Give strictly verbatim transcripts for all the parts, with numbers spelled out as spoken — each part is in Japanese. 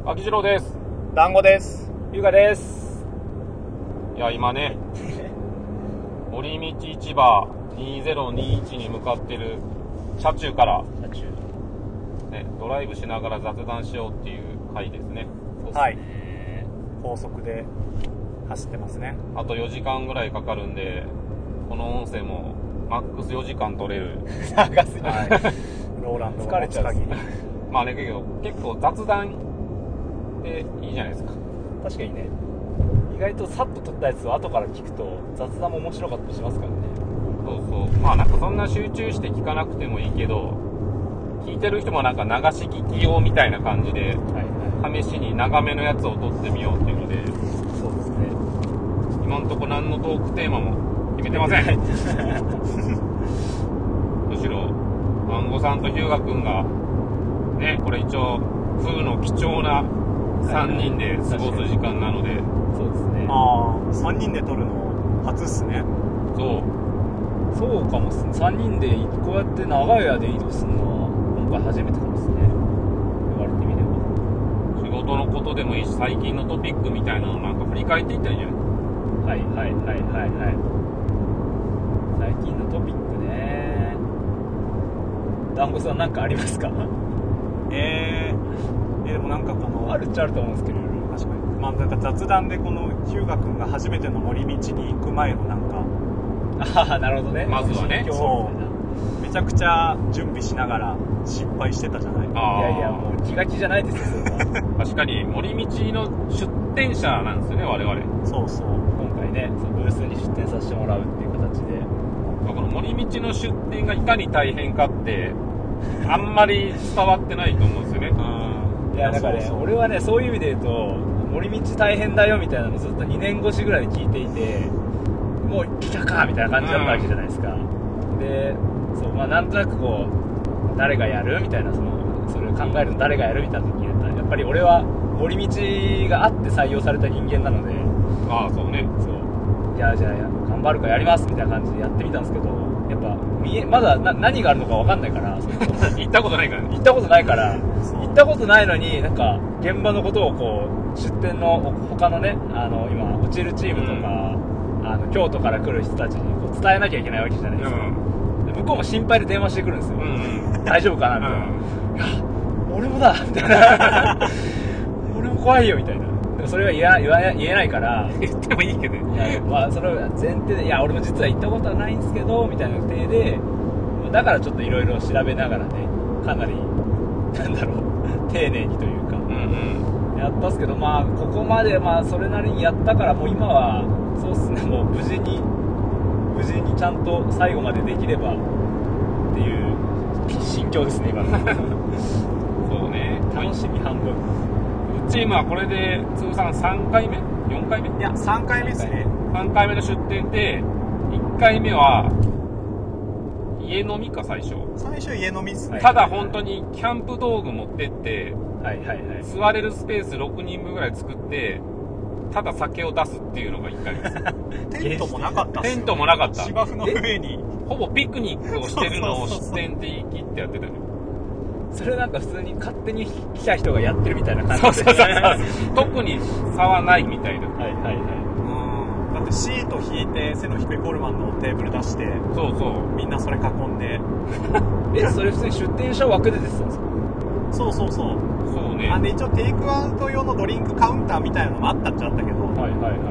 秋次郎です。 団子です。 ゆうがです。 いや今ね森道市場にせんにじゅういちに向かってる車中から車中、 ね、ドライブしながら雑談しようっていう回ですね。 そうですね、 はい、高速で走ってますね。 あとよじかんぐらいかかるんで、この音声もマックスよじかん取れる長すぎる、 はい、ローランド疲れちゃう限りまあね、けど結構雑談でいいじゃないですか。 確かにね、意外とさっと撮ったやつを後から聞くと雑談も面白かったりしますからね。 そうそう、まあなんかそんな集中して聞かなくてもいいけど、聞いてる人もなんか流し聞き用みたいな感じで、はいはい、試しに長めのやつを撮ってみようっていうので。 そうですね、 今んとこ何のトークテーマも決めてませんむしろ団子さんと日向くんがね、これ一応風の貴重なさんにんで過ごす時間なので、はいはい、 そうですね。 ああ、さんにんで撮るの初っすね。 そうそうかもっすね。さんにんでこうやって長い間で移動するのは今回初めてかもっすね、言われてみれば。 仕事のことでもいいし、最近のトピックみたいなのをなんか振り返っていったらいいじゃない。 はいはいはいはいはい。最近のトピックね。団子さんなんかありますか？ えー、えー、でもなんかこのあるっちゃあると思うんですけど、 確かに、まあなんか雑談でこの日向くんが初めての森道に行く前のなんか、 ああなるほどね、 まずはね、 そうめちゃくちゃ準備しながら失敗してたじゃない。 あいやいや、もう気が気じゃないですよそれは確かに森道の出店者なんですよね、我々。 そうそう、 今回ね、そのブースに出店させてもらうっていう形で、 この森道の出店がいかに大変かってあんまり伝わってないと思うんですよね。 いやだからね、そうそう、俺はね、そういう意味で言うと森道大変だよみたいなのずっとにねん越しぐらいで聞いていて、もう来たかみたいな感じだったわけじゃないですか、うん、で、そう、まあ、なんとなくこう誰がやるみたいな、そのそれを考えるの誰がやるみたいな時にやっぱり俺は森道があって採用された人間なので、 ああそうね、 そう、じゃあじゃあ頑張るからやりますみたいな感じでやってみたんですけど、やっぱ見えまだな何があるのか分かんないから行ったことないからね行ったことないから行ったことないのに、なんか現場のことをこう出店の他のね、あの今落ちるチームとか、うん、あの京都から来る人たちにこう伝えなきゃいけないわけじゃないですか、うん、で向こうも心配で電話してくるんですよ、うん、大丈夫かなみたいな、うん、いや俺もだみたいな俺も怖いよみたいな。でもそれは言わ言わ言えないから言ってもいいけど、 いや、まあ、それは前提で、いや俺も実は行ったことはないんですけどみたいな体で、だからちょっといろいろ調べながらね、かなりなんだろう丁寧にというか、うんうん、やったっすけど、まあここまでまあそれなりにやったから、もう今はそうっすね、もう無事に無事にちゃんと最後までできればっていう心境ですね今のそうね、 楽しみ半分。 チームはこれで通算さんかいめよんかいめ、 いやさんかいめですね。 さんかいめの出店で、いっかいめは家飲みか、最初最初家飲みですね。 ただ本当にキャンプ道具持ってって、 はいはいはい、 座れるスペースろくにんぶんぐらい作ってただ酒を出すっていうのがいっかいめですテントもなかったっすよ。 テントもなかった。 芝生の上にほぼピクニックをしてるのを出店って言い切ってやってたの。 それなんか普通に勝手に来た人がやってるみたいな感じで、 そうそうそう特に差はないみたいな。 はいはいはい、 うん、だってシート引いて背の低いコールマンのテーブル出して、 そうそう、 みんなそれ囲んでえ、それ普通に出店者枠で出てたんですか？ そうそうそうそうね。 あで一応テイクアウト用のドリンクカウンターみたいなのもあったっちゃったけど、 はいはいはい、うん、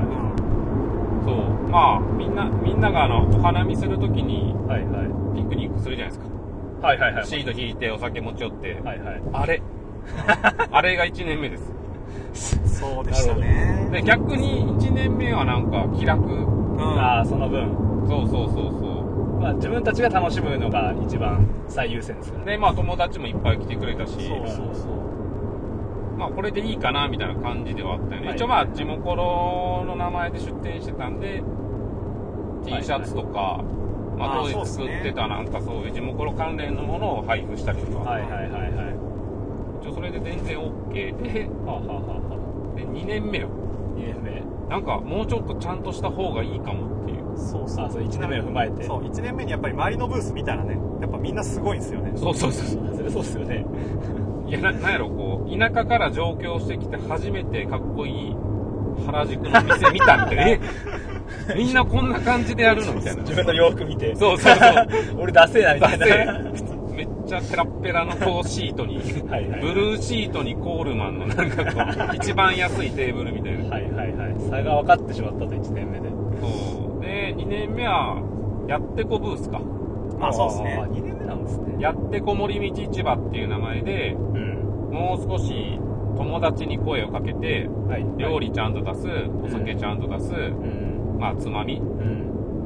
そう、まあみんなみんながあのお花見するときにはいはいピクニックするじゃないですか。 はいはいはい、 シート引いてお酒持ち寄って、 はいはい、 あれあれがいちねんめです。 そうでしたね。 で逆にいちねんめはなんか気楽、うん、 ああその分、 そうそうそうそう、 まあ、自分たちが楽しむのが一番最優先ですからね。 でまあ友達もいっぱい来てくれたし、 そうそうそう、 まあこれでいいかなみたいな感じではあったよね、はい、一応まあ地元の名前で出店してたんで T シャツとか、はいはい、まあ、当時作ってたなんかそういう地元関連のものを配布したりとか、 はいはいはいはい、 一応それで全然 OK で、はあはあはあ、でにねんめよ、 にねんめなんかもうちょっとちゃんとした方がいいかもっていう。 そうそう、 あ、そういちねんめを踏まえて、 そういちねんめにやっぱり周りのブース見たらね、やっぱみんなすごいんですよね。 そうそうそうそれそうですよねいや な, なんやろこう田舎から上京してきて初めてかっこいい原宿の店見たみたいなえみんなこんな感じでやるのみたいな自分の洋服見てそうそうそう俺ダセえなみたいなめっちゃペラッペラのこうシートにはいはい、はい、ブルーシートにコールマンのなんかこう一番安いテーブルみたいなはいはいはい差が分かってしまったといちねんめでそうでにねんめはやってこブースかあそうですねにねんめなんですねやってこ森道市場っていう名前で、うん、もう少し友達に声をかけて、はい、料理ちゃんと出す、お酒ちゃんと出す、うん、まあつまみ、うん、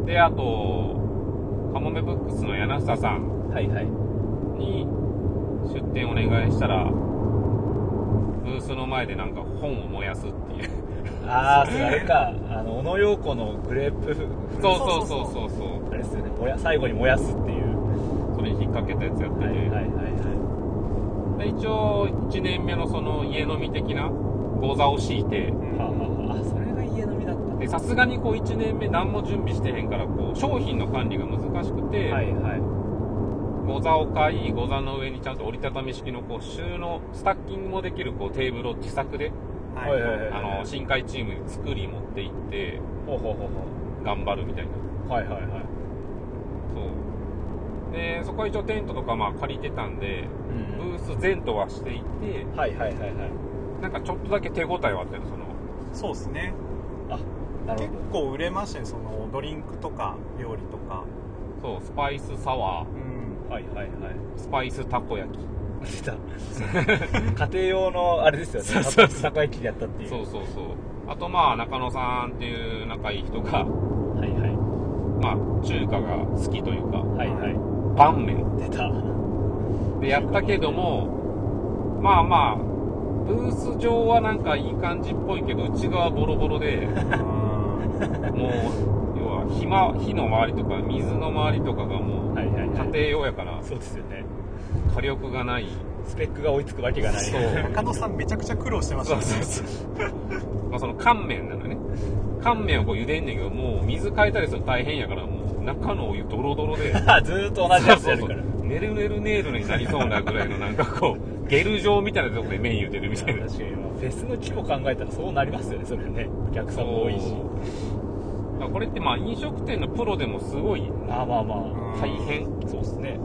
であとカモメブックスの柳下さんに出店お願いしたらブースの前でなんか本を燃やすっていうああそれあれかあの小野陽子のグレープそうそうそうそうそうあれですよねもや最後に燃やすっていうそれに引っ掛けたやつやってて、はいはいはいはい、で一応いちねんめのその家飲み的な講座を敷いて、 はあはあ、あそれが家飲みだったでさすがにこういちねんめ何も準備してへんからこう商品の管理が難しくて、はいはい、ご座を買いご座の上にちゃんと折りたたみ式のこう収納スタッキングもできるこうテーブルを自作で、はいはいはいはい、あの深海チームに作り持って行ってほうほうほうほう頑張るみたいなはいはいはいそうでそこは一応テントとかまあ借りてたんで、うん、ブース全とはしていてはいはいはいはいなんかちょっとだけ手応えはあったよそのそうですねあなるほど結構売れましたねそのドリンクとか料理とかそうスパイスサワー、 うん、はいはいはいスパイスたこ焼き出た家庭用のあれですよねそうそうそうたこ焼きでやったっていうそうそうそうあとまあ中野さんっていう仲いい人がはいはいまあ中華が好きというかはいはい拌麺出たでやったけどもまあまあブース上はなんかいい感じっぽいけど内側ボロボロでもう要は 火, ま、火の周りとか水の周りとかがもう家庭用やから、はいはいはい、 そうですよね火力がないスペックが追いつくわけがないそう中野さんめちゃくちゃ苦労してましたねそうそうそうまあその乾麺なのね乾麺をこう茹でんねんけどもう水変えたりするの大変やからもう中のお湯ドロドロでずーっと同じやつやるからそうそうそうネルネルネールになりそうなぐらいのなんかこうゲル状みたいなところで麺茹でるみたいな確かにフェスの規模考えたらそうなりますよねそれねお客さんも多いしこれってまあ飲食店のプロでもすごいまあまあまあ大変そうですね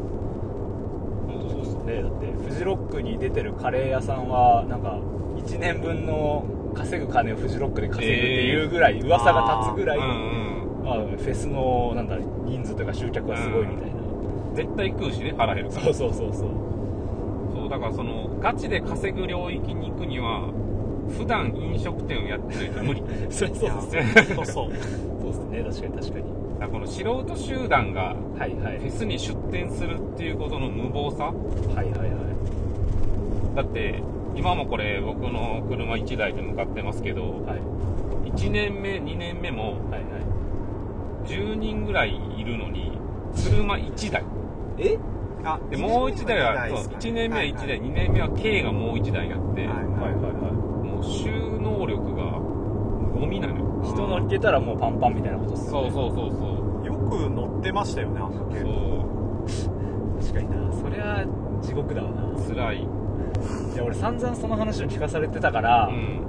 そうですねだってフジロックに出てるカレー屋さんはなんかいちねんぶんの稼ぐ金をフジロックで稼ぐっていうぐらい、えー、噂が立つぐらい、うんうん、あフェスのなんだ人数というか集客はすごいみたいな、 うん、絶対食うしね腹減るからそうそうそうそうそうだからそのガチで稼ぐ領域に行くには普段飲食店をやってないと無理そうそうそうそうそうそうですね確かに確かにだからこの素人集団がフェスに出店するっていうことの無謀さ、はいはいはい、だって今もこれ僕の車いちだいで向かってますけど、はい、いちねんめにねんめもじゅうにんぐらいいるのに車いちだいえあでもういちだいはそういちねんめはいちだい、はいはい、にねんめは軽がもういちだいあって、はいはいはいもう収納力がゴミなのよ人乗っけたらもうパンパンみたいなことっすよねそうそうそうそうよく乗ってましたよねあの軽そう確かになそりゃ地獄だわな辛いいや俺散々その話を聞かされてたから、うん、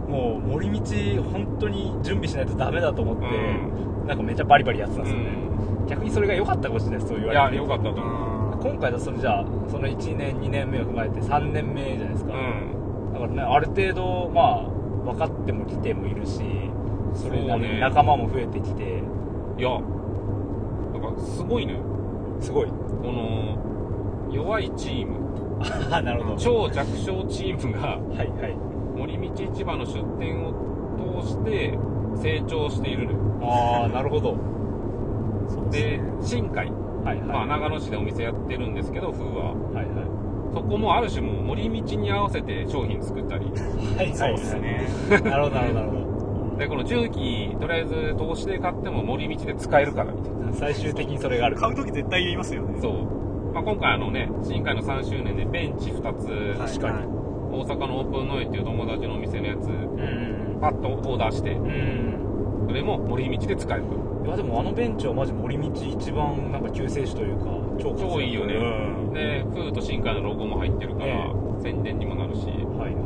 もう森道本当に準備しないとダメだと思って、うん、なんかめっちゃバリバリやってたんですよね、うん、逆にそれが良かったかもしれないですそう言われていや良かったと思う今回だそれじゃあそのいちねんにねんめを踏まえてさんねんめじゃないですか、うん、だからねある程度まあ分かっても来てもいるしそれなりに仲間も増えてきて、ね、 いやなんかすごいのよすごいこの弱いチームあなるほど超弱小チームが、 はいはい、 森道市場の出店を通して成長しているのよああなるほどで新海、はいはいまあ、長野市でお店やってるんですけど風は、はいはい、そこもある種もう森道に合わせて商品作ったりはいはい、そうですねなるほどなるほどなるほどでこの重機とりあえず投資で買っても森道で使えるからみたいな最終的にそれがある買うとき絶対言いますよねそう、まあ、今回あのね新海のさんしゅうねんでベンチふたつ確かに大阪のオープンノイっていう友達のお店のやつ、うん、パッとオーダーして、うん、それも森道で使えるいやでもあのベンチはマジ森道一番なんか救世主というか超超いいよね、うん、でフーと新海のロゴも入ってるから、ね、宣伝にもなるし、はいはいはいはい、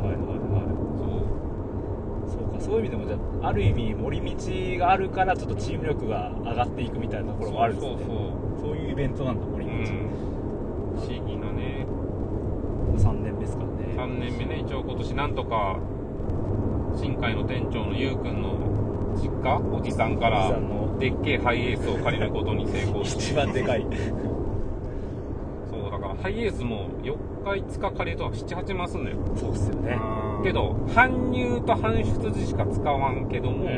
そうそうか、そういう意味でもじゃあある意味森道があるからちょっとチーム力が上がっていくみたいなところもあるんですね。そうそうそう、そういうイベントなんだ森道、うん、 不思議なね。 さんねんめですからね。 さんねんめね。一応今年なんとか新海の店長のゆうくんの実家おじさんからでっけえハイエースを借りることに成功して一番でかいそうだからハイエースもよっかいつか借りるとななはちまんすんのよ。 そうっすよね。 けど搬入と搬出時しか使わんけども、うんうんうん、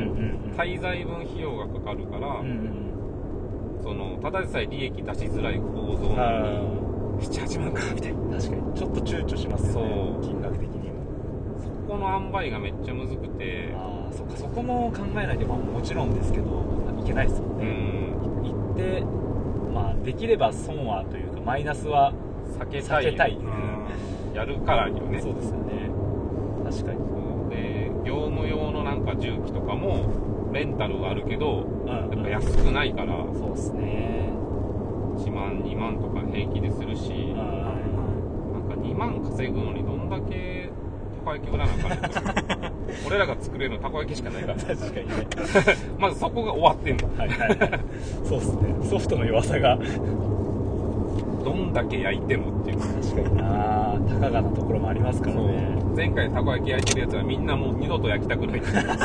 滞在分費用がかかるから、うんうん、そのただでさえ利益出しづらい構造なのにななはちまんかみたいな。 確かにちょっと躊躇しますよね、そう金額的にも。 そこの塩梅がめっちゃむずくて、 ああそっか、そこも考えないと、まあ、もちろんですけどいけないですもんね。うん、行ってまあできれば損はというかマイナスは避けたい、避けたい、 うん、やるからにはね。 そうですよね、確かに。 そうで業務用のなんか重機とかもレンタルはあるけど、うん、やっぱ安くないから、 うん、そうですね、 いちまんにまんとか平気でするし、うん、なんかにまん稼ぐのにどんだけたこ焼き売らなあかんねん俺らが作れるのたこ焼きしかないから確かにねまずそこが終わってんのはいはい、はい、そうっすね、ソフトの弱さがどんだけ焼いてもっていう。 確かにな、高価なところもありますからね。 前回たこ焼き焼いてるやつはみんなもう二度と焼きたくない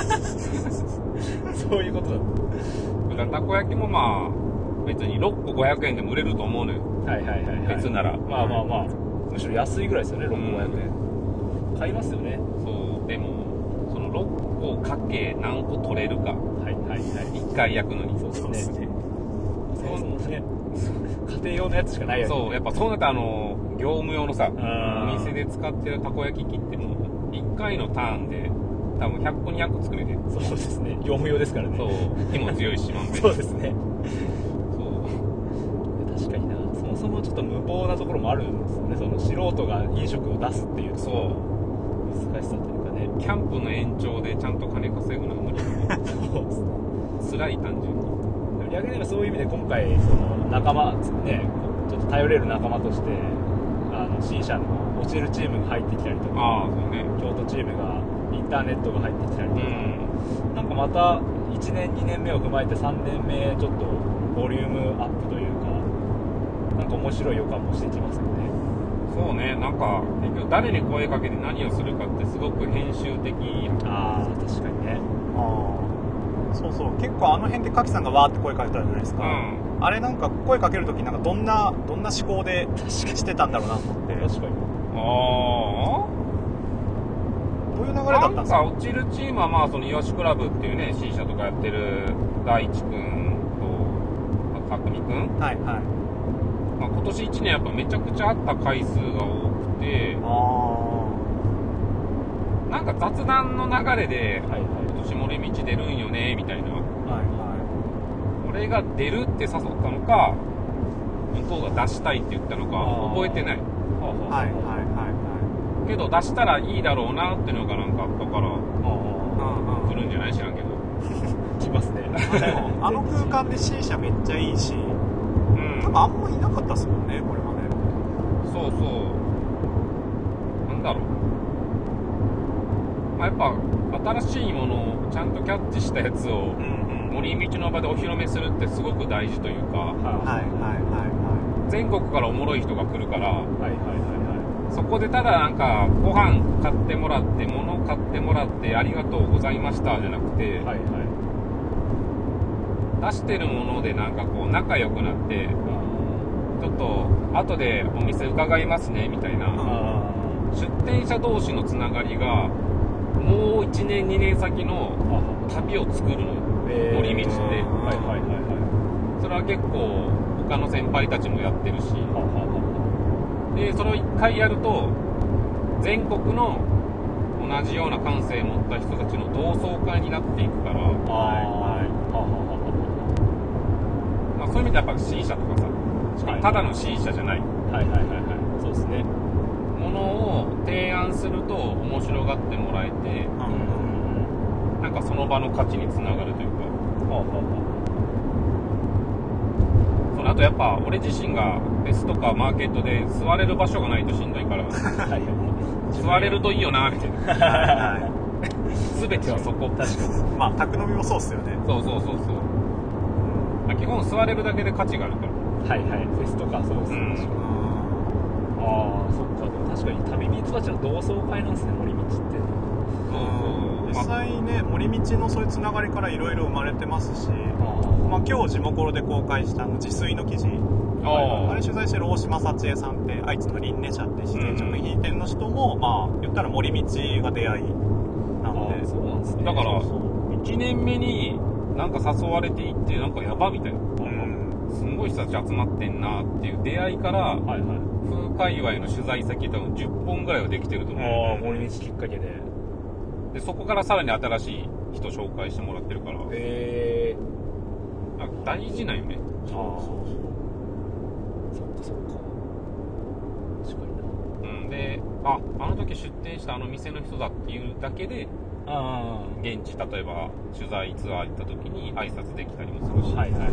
そういうことだだからたこ焼きもまあ別にろっこごひゃくえんでも売れると思うのよ。 はいはいはい、はい、 別ならまあまあまあむしろ安いぐらいですよね、ろっこごひゃくえん、うん、買いますよね。 そうでもそのろっこかけ何個取れるか、 はいはいはい、 いっかい焼くのに。 そうですね、そうですね、家庭用のやつしかないやつ。 そうやっぱそうなったらあの業務用のさお店で使ってるたこ焼き器ってもういっかいのターンで多分ひゃっこにひゃっこ作れてる。 そうですね、業務用ですからね。 そう火も強いしまんべんそうですね、 そう確かにな、そもそもちょっと無謀なところもあるんですよね、その素人が飲食を出すっていう、そう難しさというかね。 キャンプの延長でちゃんと金稼ぐのは無理そうですね、辛い単純に。 逆に言えばそういう意味で今回その仲間ね、ちょっと頼れる仲間としてあの C 社の落ちるチームが入ってきたりとか、 ああそうね、 京都チームがインターネットが入ってきたりとか、うん、なんかまたいちねんにねんめを踏まえてさんねんめちょっとボリュームアップというかなんか面白い予感もしてきますよね。 そうね、なんか結局誰に声かけて何をするかってすごく編集的。 ああ確かにね。ああそうそう、結構あの辺でカキさんがわーって声かけたじゃないですか、うん、あれなんか声かけるときなんかどんなどんな思考でしてたんだろうなと思って。 確かに。 ああどういう流れだったんですか。 なんか落ちるチームはまあそのイワシクラブっていうね C 社とかやってる大地くんとたくみくん、はいはい、まあ、今年いちねんやっぱめちゃくちゃあった回数が多くて、あなんか雑談の流れで、はいはい、今年森道出るんよねみたいな、はいはい、俺が出るって誘ったのか向こうが出したいって言ったのか覚えてない。はいはいはいはい。けど出したらいいだろうなっていうのがなんかあったから来るんじゃない知らんけど来ますねあの空間で C 社めっちゃいいし、うん、多分あんまいなかったっすもんねこれまで。 そうそうなんだろう、まあ、やっぱ新しいものをちゃんとキャッチしたやつを森道の場でお披露目するってすごく大事というか、はいはいはいはい、全国からおもろい人が来るから、はいはいはいはい、そこでただなんかご飯買ってもらって物買ってもらってありがとうございましたじゃなくて、はいはい、出してるものでなんかこう仲良くなってちょっと後でお店伺いますねみたいな出店者同士のつながりがもういちねんにねん先の旅を作るの、えー、森道って、はいはいはいはい、それは結構他の先輩たちもやってるし、でそれをいっかいやると全国の同じような感性を持った人たちの同窓会になっていくから、はいはい、まあ、そういう意味でやっぱ C 社とかさ、はい、ただの C 社じゃない、はいはいはいはい、そうですね、ものを提案すると面白がってもらえて、うん、なんかその場の価値につながるというか、はあはあ、そのあとやっぱ俺自身がフェスとかマーケットで座れる場所がないとしんどいから座れるといいよなみたいな全てはそこ。 確かにまあ宅飲みもそうっすよね。 そうそうそうそう、まあ、基本座れるだけで価値があるから。 はいはい、フェスとかそうですね、うん、ああそっか。でも確かに旅ミツバチの同窓会なんですね、森道って。そうそう、実際ね森道のそういうつながりからいろいろ生まれてますし、まあ、今日地元で公開したあの自炊の記事、あ, あれ取材してる大島幸恵さんって愛知のリンネ社って自然食品店の人も、うん、まあ言ったら森道が出会いなので。 そうなんですね。 だからいちねんめになんか誘われていってなんかやばみたいな、うん、すんごい人たち集まってんなっていう出会いから、はいはい、風界隈の取材先多分じゅっぽんぐらいはできてると思う。 ああ森道きっかけででそこからさらに新しい人紹介してもらってるから。へえー、大事なんよね。 ああそっかそっか確かにな。 うんで、ああの時出店したあの店の人だっていうだけで、あ現地例えば取材ツアー行った時に挨拶できたりもするし。 はいはいはい。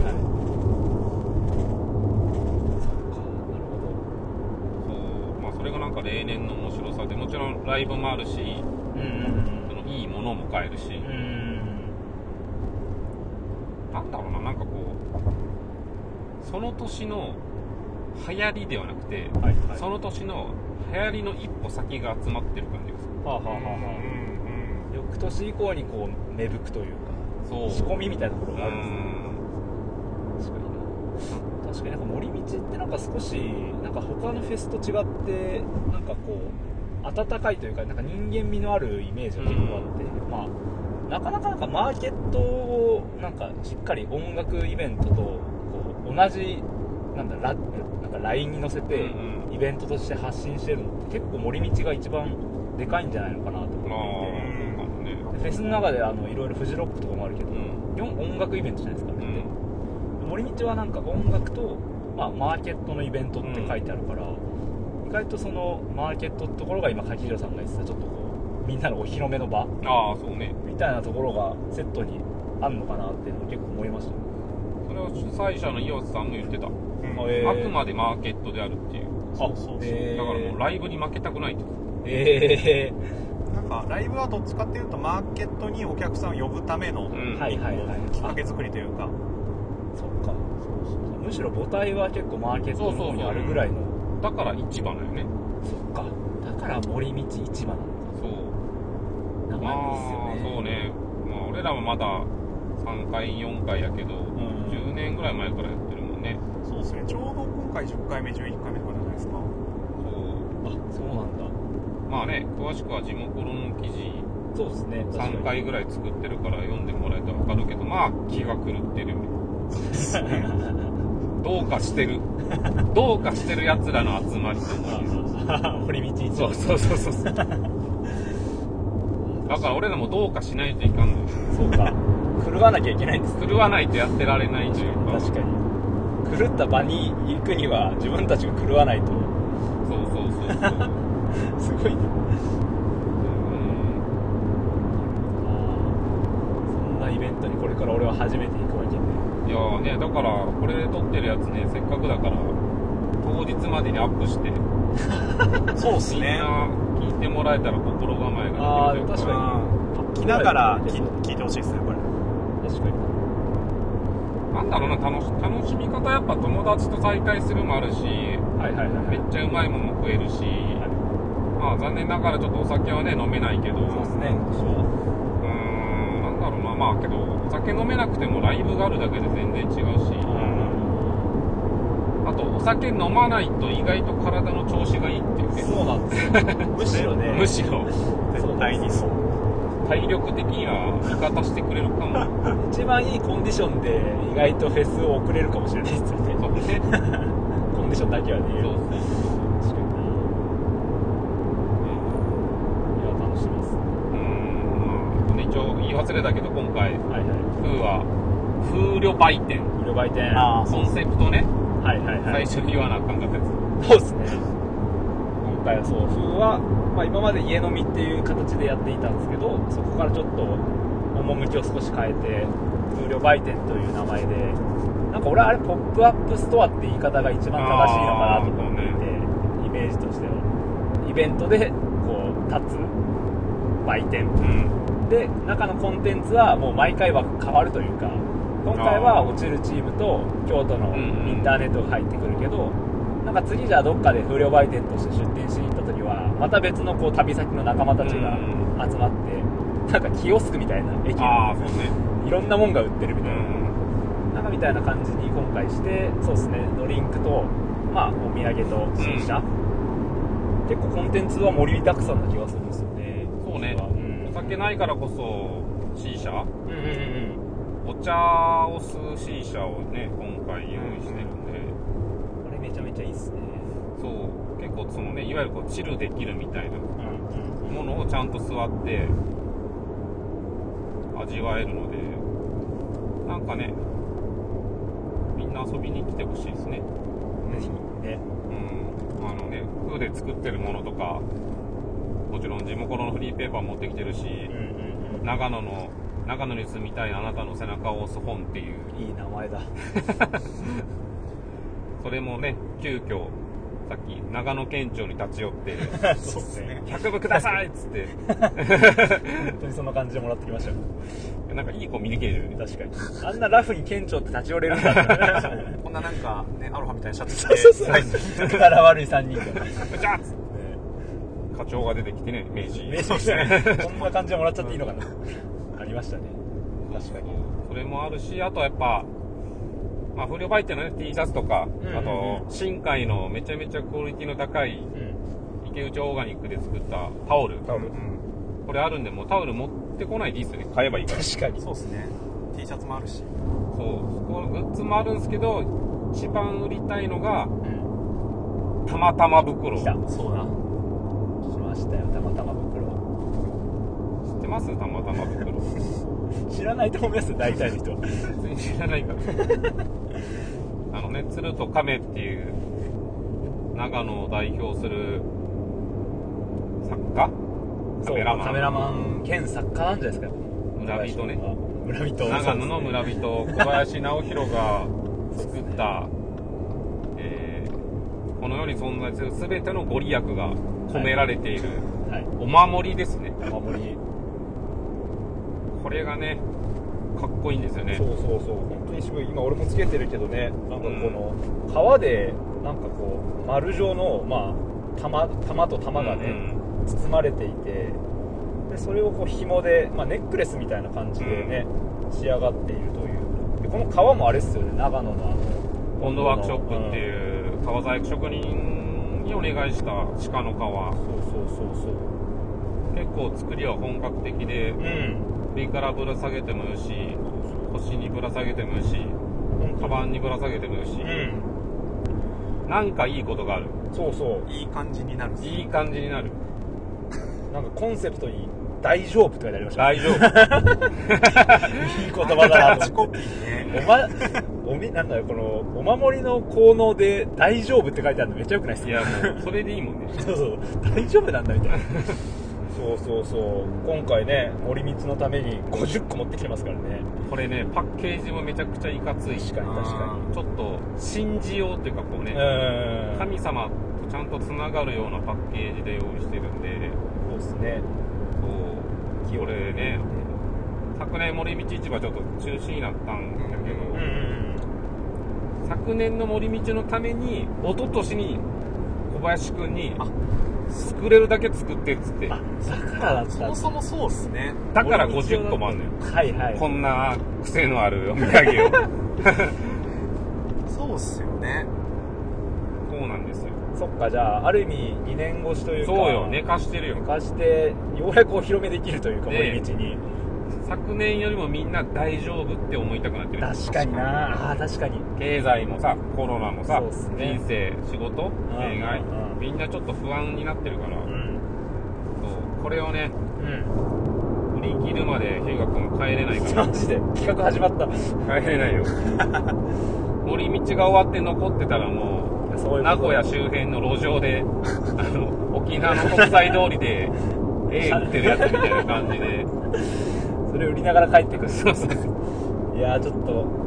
そっか、なるほど。 そう、まあそれがなんか例年の面白さで、もちろんライブもあるし、うんうんうん、そのいいものも買えるし、うんうん、なんだろうな、なんかこうその年の流行りではなくて、はいはい、その年の流行りの一歩先が集まってる感じがする。はあはあはあ、 うん、翌年以降にこう芽吹くというか、そう仕込みみたいなところがあるんですね。確かにな。確かになんか森道ってなんか少しなんか他のフェスと違ってなんかこう温かいというか、なんか人間味のあるイメージが結構あって、うん、まあなかなかなんかマーケットをなんかしっかり音楽イベントとこう同じなんだラなんか ライン に載せてイベントとして発信してるのって結構森道が一番でかいんじゃないのかなと思っていて、うん、フェスの中であのいろいろフジロックとかもあるけど、うん、音楽イベントじゃないですかね、うん、森道はなんか音楽と、まあ、マーケットのイベントって書いてあるから、うん、意外とそのマーケットってところが今柿城さんが言ってたちょっとこうみんなのお披露目の場、 ああそうね、 みたいなところがセットにあるのかなっていうのを結構思いました。 それを主催者の岩瀬さんも言ってた、うん、えー、あくまでマーケットであるっていう。 そうそうそう、 えー、だからもうライブに負けたくないって。 えー、なんかライブはどっちかっていうとマーケットにお客さんを呼ぶための、うん、きっかけ作りというか、 そっか、そうそうそう、むしろ母体は結構マーケットの方にあるぐらいの。 そうそうそう、だから市場だよね。 そっか、だから森道市場なんだ。そう、長いですよね。 まあ、そうね、まあ、俺らもまださんかいよんかいやけど、うん、じゅうねんぐらい前からやってるもんね。 そうですね、ちょうど今回じゅっかいめじゅういっかいめとかじゃないですか。 そう、あ、そうなんだ。 まあね、詳しくは地元の記事、 そうですね、 さんかいぐらい作ってるから読んでもらえたら分かるけど、まあ気が狂ってるよね。どうかしてるどうかしてるやつらの集まりと思う。森道一そうそうそうそうだから俺らもどうかしないといかんのよ。 そうか、狂わなきゃいけないんです。 狂わないとやってられないというか。 確かに狂った場に行くには自分たちが狂わないと。 そうそうそうそうすごいね。そんなイベントにこれから俺は初めて行くわけで。 いやーね、だからこれ撮ってるやつね、せっかくだから当日までにアップしてそうっすね、 みんな聞いてもらえたら心構えができるというか。 あー、確かに来ながら聞いてほしいですね、これ。 確かに。 なんだろうな、楽し、楽しみ方やっぱ友達と再会するもあるし、はいはいはい、めっちゃうまいものも食えるし、はい、まあ残念ながらちょっとお酒はね飲めないけど、 そうですね、そう、 うーん、なんだろうな、まあけどお酒飲めなくてもライブがあるだけで全然違うし、うん、あとお酒飲まないと意外と体の調子がいいっていうね。 そうなんですよむしろね、 むしろ絶対にそう、 体力的には味方してくれるかも一番いいコンディションで意外とフェスを送れるかもしれないですよね。そうねコンディションだけはね。そうそうそう、確かに。いや、楽しみです。 うーん、まあ、一応言い忘れたけど今回、はいはい、風は風量売店、 風量売店、 あ、コンセプトね、 はいはいはい、 最初に言わなあかんかったやつ。そうですね、今回はそう、風は、まあ、今まで家飲みっていう形でやっていたんですけど、そこからちょっと趣を少し変えて風量売店という名前でなんか俺はあれポップアップストアって言い方が一番正しいのかなと思っていて、ね、イメージとしてはイベントでこう立つ売店、うん、で中のコンテンツはもう毎回は変わるというか、今回は落ちるチームと京都のインターネットが入ってくるけど、なんか次じゃあどっかで風量売店として出店しに行った時はまた別のこう旅先の仲間たちが集まって、なんかキオスクみたいな駅の、ね、いろんなもんが売ってるみたいな、うん、なんかみたいな感じに今回して、そうですね、ドリンクと、まあ、お土産と新車、うん、結構コンテンツは盛りだくさんな気がするんですよね。 そうね、うん、お酒ないからこそ C 社、うんうんうん、お茶を吸う C 社をね今回用意してるんで、 これめちゃめちゃいいっすね。 そう結構そのね、いわゆるこうチルできるみたいなものをちゃんと座って味わえるので、なんかねみんな遊びに来てほしいですね。 ぜひね、 うん、あのね風で作ってるものとか、もちろん地元のフリーペーパー持ってきてるし、うんうんうん、長野の長野に住みたいあなたの背中を押す本っていういい名前だそれもね急遽さっき長野県庁に立ち寄ってそうですね、 ひゃくぶくださいっつって本当にそんな感じでもらってきましたよ。 なんかいいコミュニケーションよね。 確かにあんなラフに県庁って立ち寄れるんだこんななんかねアロハみたいなシャツ着て、そうそうそう、柄悪いさんにんがじゃあっつって、ね、課長が出てきてね、名刺名刺ねこんな感じでもらっちゃっていいのかなありましたね。確かにそれもあるし、あとはやっぱまあ、風量売店の、ね、T シャツとか、うんうんうん、あと新海のめちゃめちゃクオリティの高い、うん、池内オーガニックで作ったタオル、タオル、うん、これあるんで、もうタオル持ってこないでいいっすよね、買えばいいから。 確かにそうですね、 T シャツもあるし、 そうこのグッズもあるんですけど、一番売りたいのが、うん、たまたま袋。 来た、そうだ、来ましたよ、たまたま袋。 知ってます？たまたま袋知らないと思いますよ、大体の人は知らないからあのね、鶴と亀っていう長野を代表する作家、カメラマン、 カメラマン兼作家なんじゃないですか。 村人ね、 村人、 長野の村人、小林直弘が作った、えー、この世に存在する全てのご利益が込められている、はいはい、お守りですね。 お守り、 これがねかっこいいんですよね。 そうそうそう、本当にすごい。今俺もつけてるけどね、なんかこの革でなんかこう丸状のまあ玉玉と玉がね、うんうん、包まれていて、でそれをこう紐で、まあ、ネックレスみたいな感じでね、うん、仕上がっているという。でこの革もあれですよね、長野のあの温度ワークショップっていう革細工職人にお願いした鹿の革。 そうそうそうそう。 結構作りは本格的で、うん、首からぶら下げてもよし、腰にぶら下げてもよし、カバンにぶら下げてもよし、うん、なんかいいことがある。 そうそう、 いい感じになる。 いい感じになる。 なんかコンセプトに大丈夫って書いてありました、 ね、大丈夫いい言葉だなと思っておまおみなんだよ、このお守りの効能で大丈夫って書いてあるのめっちゃよくないですか。 いやもうそれでいいもんねそうそう、大丈夫なんだみたいなそうそうそう、今回ね森道のためにごじゅっこ持ってきてますからね。 これねパッケージもめちゃくちゃいかつい。 確かに確かに、 ちょっと信じようというかこうね、神様とちゃんとつながるようなパッケージで用意してるんで。 そうですね。 そうこれね、昨年森道市場ちょっと中止になったんだけど、うんうんうん、昨年の森道のために一昨年に小林くんに作れるだけ作ってっつって。 あ、だからだった。 そもそもそうっすね。 だからごじゅっこもあんのよ。 はいはい。 こんな癖のあるお土産をそうっすよね。 そうなんですよ。 そっか、じゃあある意味にねん越しというか。 そうよ、寝かしてるよ。 寝かしてようやくお披露目できるというか、森道に。 昨年よりもみんな大丈夫って思いたくなってる。 確かになあ、確かに。 経済もさ、コロナもさ、 ね、 人生、仕事、恋愛、みんなちょっと不安になってるから、うん、そうこれをね、うん、売り切るまで日向君帰れないから。 マジで企画始まった。 帰れないよ森道が終わって残ってたらもう、そういう名古屋周辺の路上であの沖縄の国際通りで絵売ってるやつみたいな感じでそれ売りながら帰ってくる。そうそうそう。いやーちょっと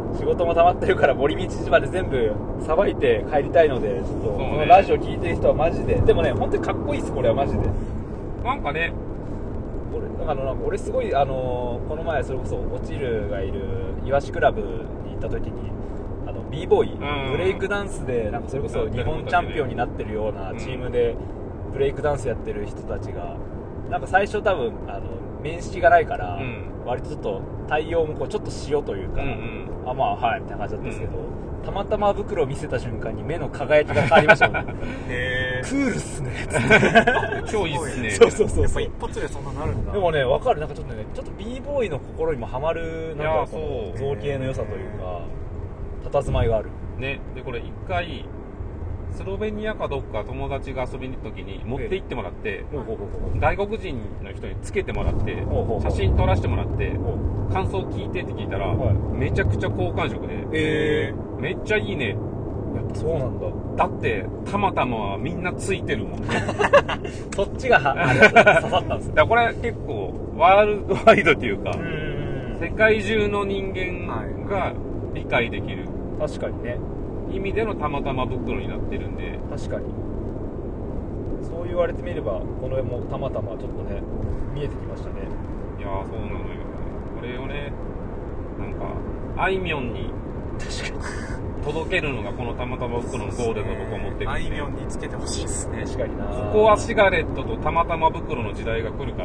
仕事も溜まってるから森道まで全部さばいて帰りたいので、ちょっとこのラジオ聞いてる人はマジで、でもね本当にかっこいいです、これはマジで。 なんかね、 俺あのなんか俺すごいあのこの前それこそオチルがいるイワシクラブに行った時に、あの b ボーイ、うん、ブレイクダンスでなんかそれこそ日本チャンピオンになってるようなチームでブレイクダンスやってる人たちが、なんか最初多分あの面識がないから、うん、割とちょっと対応もこうちょっと塩というか、うんうん、あまあはいみたいな感じだったんですけど、うん、たまたま袋を見せた瞬間に目の輝きが変わりましたもんね。へー、クールっすね。 今日いいっすね。 そうそうそう、 やっぱ一発でそんななるんだ。 でもね分かる、なんかちょっとねちょっと b ボーイの心にもハマるなんかこの造形の良さというか佇まいがあるね。でこれ一回スロベニアかどっか友達が遊びに行った時に持って行ってもらって、外国人の人につけてもらって写真撮らせてもらって感想聞いてって聞いたらめちゃくちゃ好感触で、えー、めっちゃいいね。 やっぱそうなんだ。 だってたまたまはみんなついてるもんね。 そっちが刺さったんですよ。 だからこれ結構ワールドワイドというか世界中の人間が理解できる、 確かにね、 意味でのたまたま袋になってるんで。 確かにそう言われてみればこの絵もたまたまちょっとね見えてきましたね。 いやーそうなのよ。これをねなんかあいみょんに届けるのがこのたまたま袋のゴールだと僕は思ってるんで、 あいみょんにつけてほしいですね。 確かにな。 ココアシガレットとたまたま袋の時代が来るから。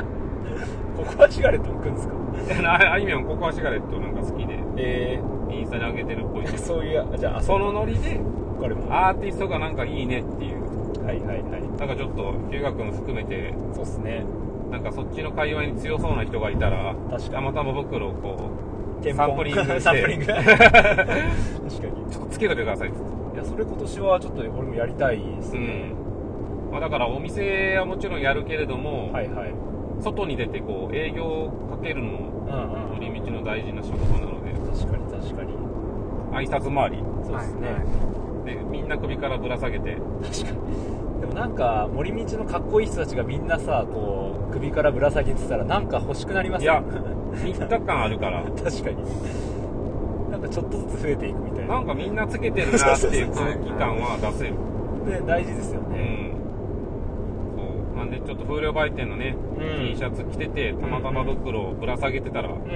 ココアシガレットも来るんですか？ あいみょんココアシガレットなんか好きで、えー、インスタに上げてるっぽい。 そういう、じゃあそのノリでアーティストがなんかいいねっていう。 はいはいはい。 なんかちょっと日向君含めて、 そうっすね。 なんかそっちの界隈に強そうな人がいたら、たまたま袋をこうサンプリングして、 サンプリング。確かに。 ちょっとつけといてくださいっつって。 いやそれ今年はちょっと俺もやりたいですね。 うん。まあだからお店はもちろんやるけれども、 はいはい。 外に出てこう営業かけるのも寄り道の大事な仕事なので、 確かに確かに挨拶回り、 そうですね、 はい、でみんな首からぶら下げて、 確かに。でもなんか森道のかっこいい人たちがみんなさこう首からぶら下げてたらなんか欲しくなりますよね。 いやみっかかんあるから確かになんかちょっとずつ増えていくみたいな、 なんかみんなつけてるなっていう空気感は出せる。 で大事ですよね、 うんなんでちょっと風量売店のね、うん、T シャツ着ててたまたま袋をぶら下げてたら、うんうんうん、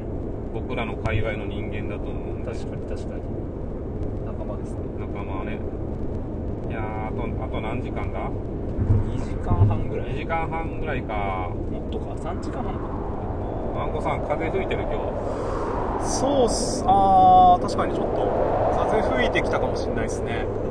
僕らの界隈の人間だと思うんで。 確かに確かに仲間ですね。 仲間はね。いやーあとあと何時間だ？ にじかんはんぐらい。 にじかんはんぐらいか。 もっとかさんじかんはんか。 あんこさん風吹いてる今日。 そうっす。あー確かにちょっと風吹いてきたかもしれないですね。